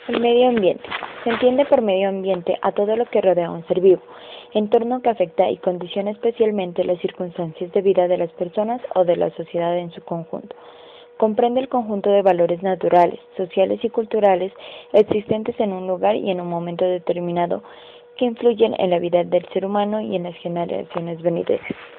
El medio ambiente. Se entiende por medio ambiente a todo lo que rodea a un ser vivo, entorno que afecta y condiciona especialmente las circunstancias de vida de las personas o de la sociedad en su conjunto. Comprende el conjunto de valores naturales, sociales y culturales existentes en un lugar y en un momento determinado que influyen en la vida del ser humano y en las generaciones venideras.